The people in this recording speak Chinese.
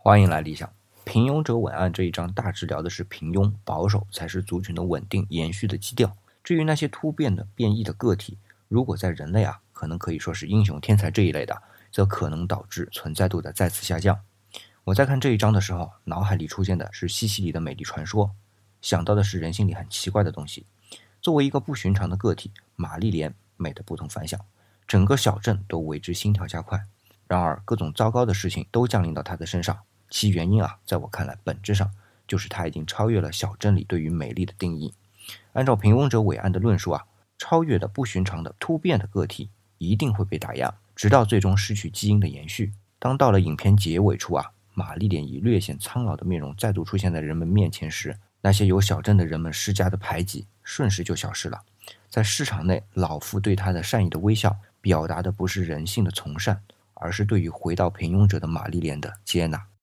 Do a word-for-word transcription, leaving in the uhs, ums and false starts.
欢迎来理想。平庸者稳案这一章大致聊的是平庸保守才是族群的稳定延续的基调。至于那些突变的变异的个体，如果在人类啊，可能可以说是英雄天才这一类的，则可能导致存在度的再次下降。我在看这一章的时候，脑海里出现的是西西里的美丽传说，想到的是人性里很奇怪的东西。作为一个不寻常的个体，玛丽莲美得不同凡响，整个小镇都为之心跳加快。然而各种糟糕的事情都降临到她的身上，其原因啊，在我看来本质上就是她已经超越了小镇里对于美丽的定义。按照平庸者伟岸的论述啊，超越的不寻常的突变的个体一定会被打压，直到最终失去基因的延续。当到了影片结尾处啊，玛丽莲以略显苍老的面容再度出现在人们面前时，那些由小镇的人们施加的排挤瞬时就消失了。在市场内，老妇对他的善意的微笑，表达的不是人性的从善，而是对于回到平庸者的玛丽莲的接纳。